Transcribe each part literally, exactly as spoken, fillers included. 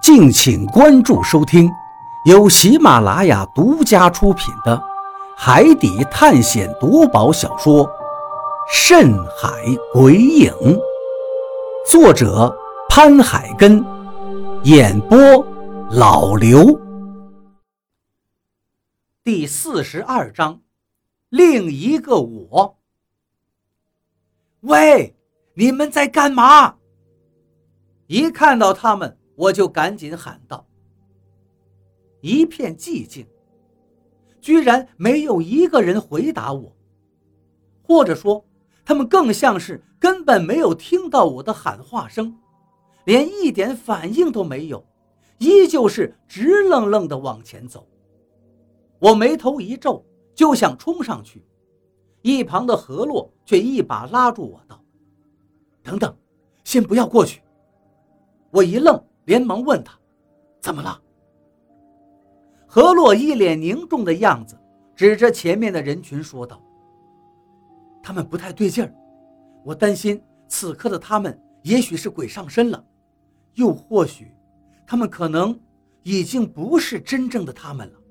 敬请关注收听，由喜马拉雅独家出品的海底探险夺宝小说《深海鬼影》，作者潘海根，演播老刘。第四十二章，另一个我。喂，你们在干嘛？一看到他们，我就赶紧喊道。一片寂静，居然没有一个人回答我，或者说他们更像是根本没有听到我的喊话声，连一点反应都没有，依旧是直愣愣地往前走。我眉头一皱，就想冲上去，一旁的何洛却一把拉住我道：等等，先不要过去。我一愣，连忙问他怎么了。何洛一脸凝重的样子，指着前面的人群说道：他们不太对劲儿，我担心此刻的他们也许是鬼上身了，又或许他们可能已经不是真正的他们了。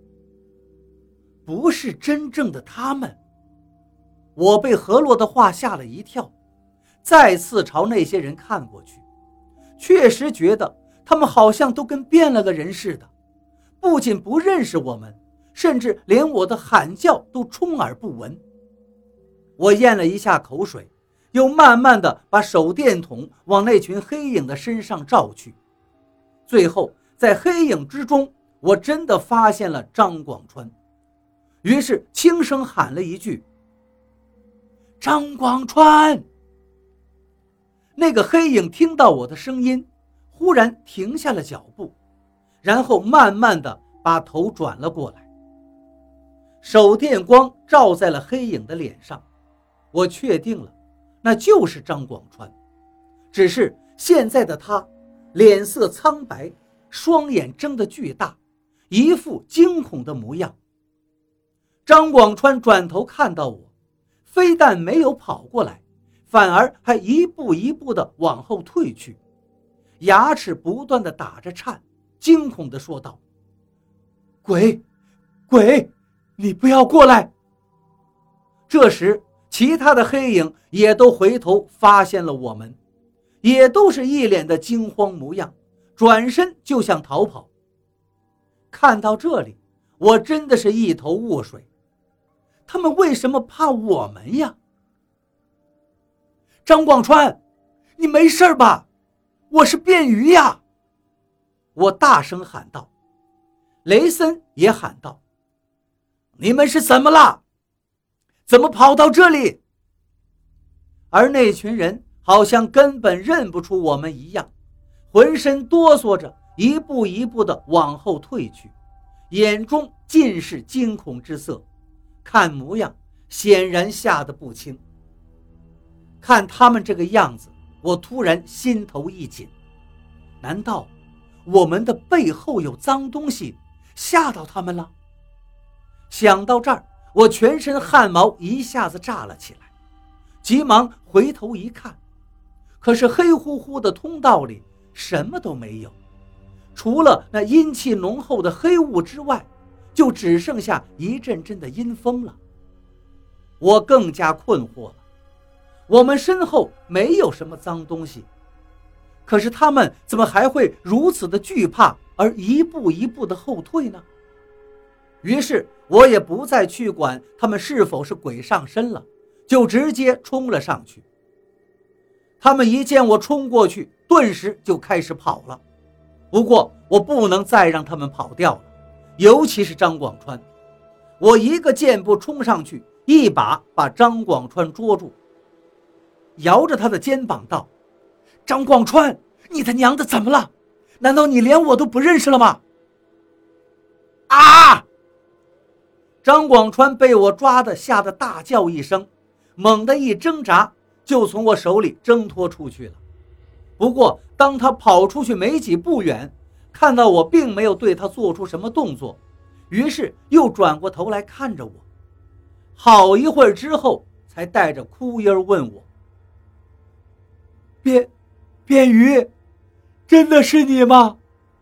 不是真正的他们？我被何洛的话吓了一跳，再次朝那些人看过去，确实觉得他们好像都跟变了的人似的，不仅不认识我们，甚至连我的喊叫都充耳不闻。我咽了一下口水，又慢慢地把手电筒往那群黑影的身上照去，最后在黑影之中，我真的发现了张广川，于是轻声喊了一句：张广川。那个黑影听到我的声音，忽然停下了脚步，然后慢慢地把头转了过来。手电光照在了黑影的脸上，我确定了，那就是张广川。只是现在的他脸色苍白，双眼睁得巨大，一副惊恐的模样。张广川转头看到我，非但没有跑过来，反而还一步一步地往后退去，牙齿不断地打着颤，惊恐地说道：鬼鬼，你不要过来。这时其他的黑影也都回头发现了我们，也都是一脸的惊慌模样，转身就想逃跑。看到这里，我真的是一头雾水，他们为什么怕我们呀？张广川，你没事吧？我是便鱼呀！我大声喊道。雷森也喊道：你们是怎么了？怎么跑到这里？而那群人好像根本认不出我们一样，浑身哆嗦着，一步一步地往后退去，眼中尽是惊恐之色，看模样显然吓得不轻。看他们这个样子，我突然心头一紧，难道我们的背后有脏东西吓到他们了？想到这儿，我全身汗毛一下子炸了起来，急忙回头一看，可是黑乎乎的通道里什么都没有，除了那阴气浓厚的黑雾之外，就只剩下一阵阵的阴风了。我更加困惑了，我们身后没有什么脏东西，可是他们怎么还会如此的惧怕而一步一步的后退呢？于是我也不再去管他们是否是鬼上身了，就直接冲了上去。他们一见我冲过去，顿时就开始跑了。不过我不能再让他们跑掉了，尤其是张广川。我一个箭步冲上去，一把把张广川捉住，摇着他的肩膀道：张广川，你他娘的怎么了？难道你连我都不认识了吗？啊！张广川被我抓得吓得大叫一声，猛地一挣扎，就从我手里挣脱出去了。不过当他跑出去没几步远，看到我并没有对他做出什么动作，于是又转过头来看着我，好一会儿之后才带着哭音问我：便便鱼，真的是你吗？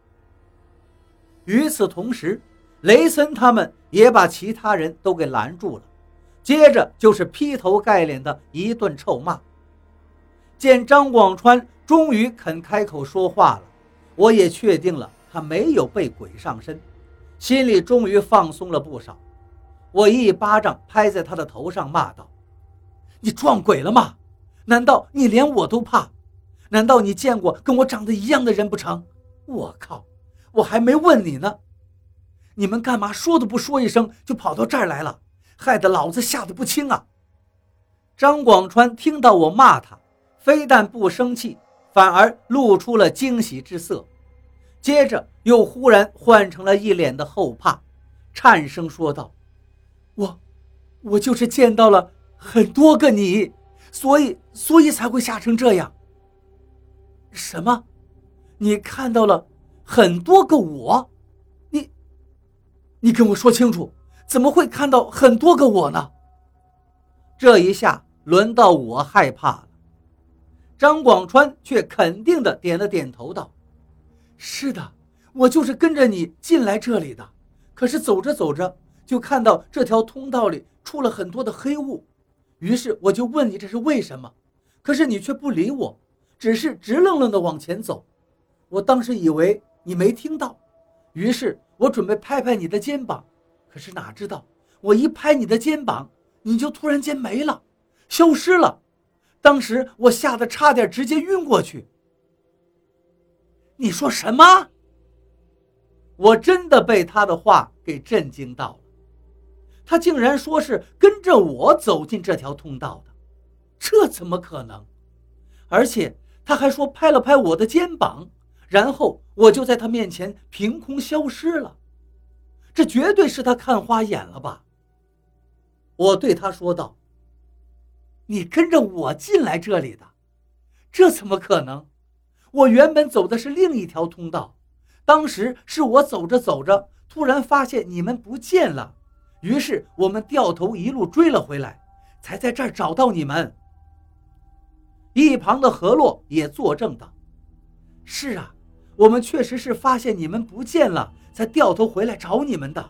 与此同时，雷森他们也把其他人都给拦住了，接着就是劈头盖脸的一顿臭骂。见张广川终于肯开口说话了，我也确定了他没有被鬼上身，心里终于放松了不少。我一巴掌拍在他的头上，骂道：你撞鬼了吗？难道你连我都怕？难道你见过跟我长得一样的人不成？我靠，我还没问你呢，你们干嘛说都不说一声就跑到这儿来了，害得老子吓得不轻啊！张广川听到我骂他，非但不生气，反而露出了惊喜之色，接着又忽然换成了一脸的后怕，颤声说道：我我就是见到了很多个你，所以所以才会吓成这样。什么？你看到了很多个我？你你跟我说清楚，怎么会看到很多个我呢？这一下轮到我害怕了。张广川却肯定地点了点头道：是的，我就是跟着你进来这里的，可是走着走着就看到这条通道里出了很多的黑雾，于是我就问你这是为什么，可是你却不理我，只是直愣愣地往前走。我当时以为你没听到，于是我准备拍拍你的肩膀，可是哪知道我一拍你的肩膀，你就突然间没了，消失了。当时我吓得差点直接晕过去。你说什么？我真的被他的话给震惊到了。他竟然说是跟着我走进这条通道的，这怎么可能？而且他还说拍了拍我的肩膀，然后我就在他面前凭空消失了。这绝对是他看花眼了吧？我对他说道：你跟着我进来这里的，这怎么可能？我原本走的是另一条通道，当时是我走着走着突然发现你们不见了，于是我们掉头一路追了回来，才在这儿找到你们。一旁的何洛也作证道：是啊，我们确实是发现你们不见了才掉头回来找你们的。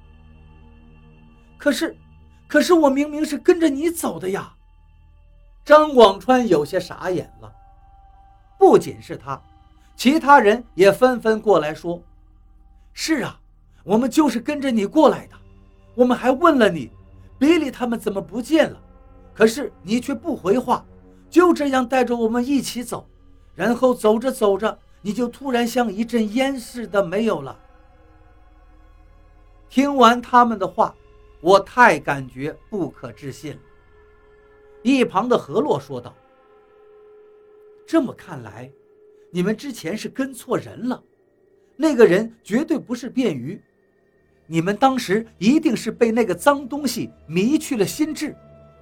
可是可是我明明是跟着你走的呀。张广川有些傻眼了，不仅是他，其他人也纷纷过来说：是啊，我们就是跟着你过来的，我们还问了你比利他们怎么不见了，可是你却不回话，就这样带着我们一起走，然后走着走着你就突然像一阵烟似的没有了。听完他们的话，我太感觉不可置信了。一旁的何洛说道：这么看来，你们之前是跟错人了，那个人绝对不是便鱼，你们当时一定是被那个脏东西迷去了心智。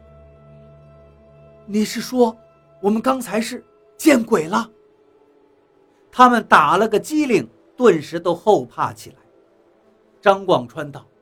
你是说我们刚才是见鬼了？他们打了个激灵，顿时都后怕起来。张广川道：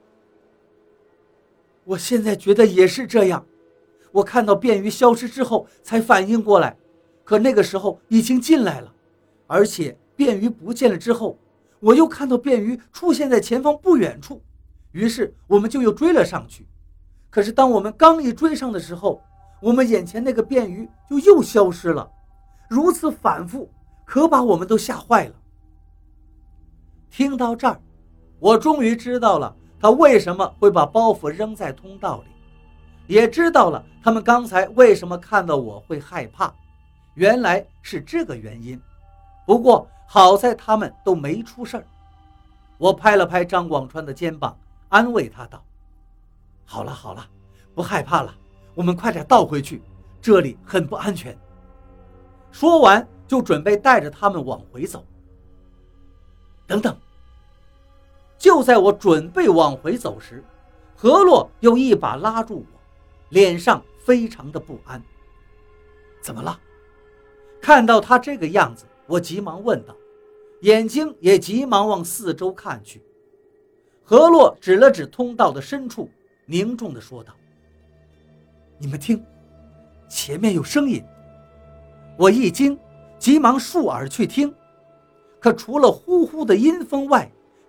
我现在觉得也是这样，我看到便鱼消失之后才反应过来，可那个时候已经进来了，而且便鱼不见了之后，我又看到便鱼出现在前方不远处，于是我们就又追了上去。可是当我们刚一追上的时候，我们眼前那个便鱼就又消失了，如此反复，可把我们都吓坏了。听到这儿，我终于知道了他为什么会把包袱扔在通道里，也知道了他们刚才为什么看到我会害怕，原来是这个原因。不过好在他们都没出事儿。我拍了拍张广川的肩膀，安慰他道：好了好了，不害怕了，我们快点倒回去，这里很不安全。说完就准备带着他们往回走。等等，就在我准备往回走时，何洛又一把拉住我，脸上非常的不安。怎么了？看到他这个样子，我急忙问道，眼睛也急忙往四周看去。何洛指了指通道的深处，凝重地说道：你们听，前面有声音。我一惊，急忙竖耳去听，可除了呼呼的阴风外，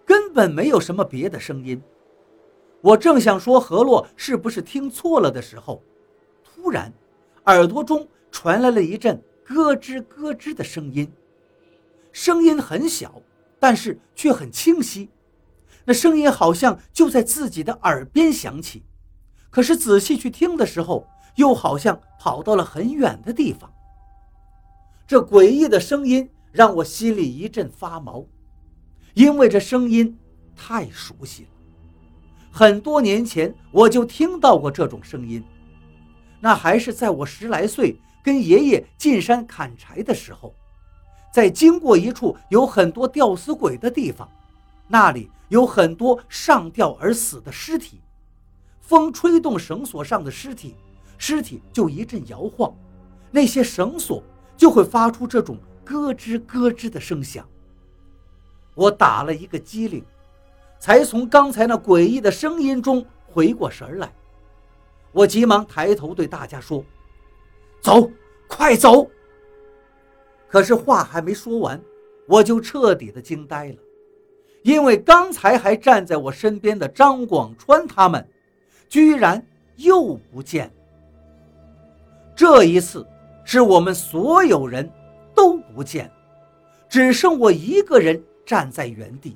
根本没有什么别的声音。我正想说何洛是不是听错了的时候，突然耳朵中传来了一阵咯吱咯吱的声音，声音很小，但是却很清晰。那声音好像就在自己的耳边响起，可是仔细去听的时候，又好像跑到了很远的地方。这诡异的声音让我心里一阵发毛，因为这声音太熟悉了。很多年前我就听到过这种声音，那还是在我十来岁跟爷爷进山砍柴的时候，在经过一处有很多吊死鬼的地方，那里有很多上吊而死的尸体，风吹动绳索上的尸体，尸体就一阵摇晃，那些绳索就会发出这种咯吱咯吱的声响。我打了一个激灵，才从刚才那诡异的声音中回过神来。我急忙抬头对大家说：走，快走！可是话还没说完，我就彻底的惊呆了，因为刚才还站在我身边的张广川他们居然又不见了。这一次是我们所有人都不见了，只剩我一个人站在原地。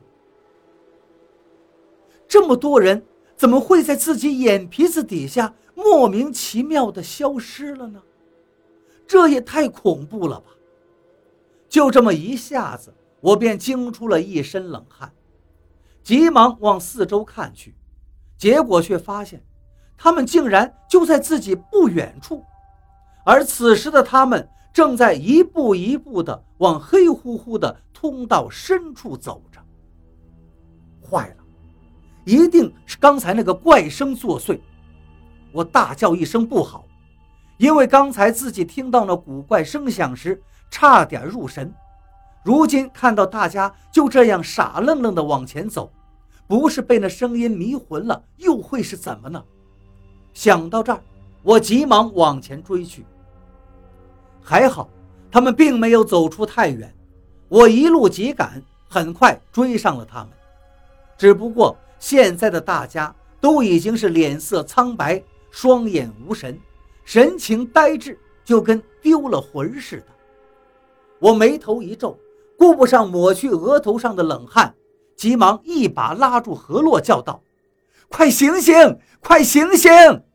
这么多人怎么会在自己眼皮子底下莫名其妙地消失了呢？这也太恐怖了吧！就这么一下子，我便惊出了一身冷汗，急忙往四周看去，结果却发现他们竟然就在自己不远处，而此时的他们正在一步一步地往黑乎乎的通道深处走着。坏了，一定是刚才那个怪声作祟！我大叫一声不好，因为刚才自己听到那古怪声响时差点入神，如今看到大家就这样傻愣愣地往前走，不是被那声音迷魂了，又会是怎么呢？想到这儿，我急忙往前追去。还好他们并没有走出太远，我一路急赶，很快追上了他们。只不过现在的大家都已经是脸色苍白，双眼无神，神情呆滞，就跟丢了魂似的。我眉头一皱，顾不上抹去额头上的冷汗，急忙一把拉住何洛，叫道：快醒醒，快醒醒！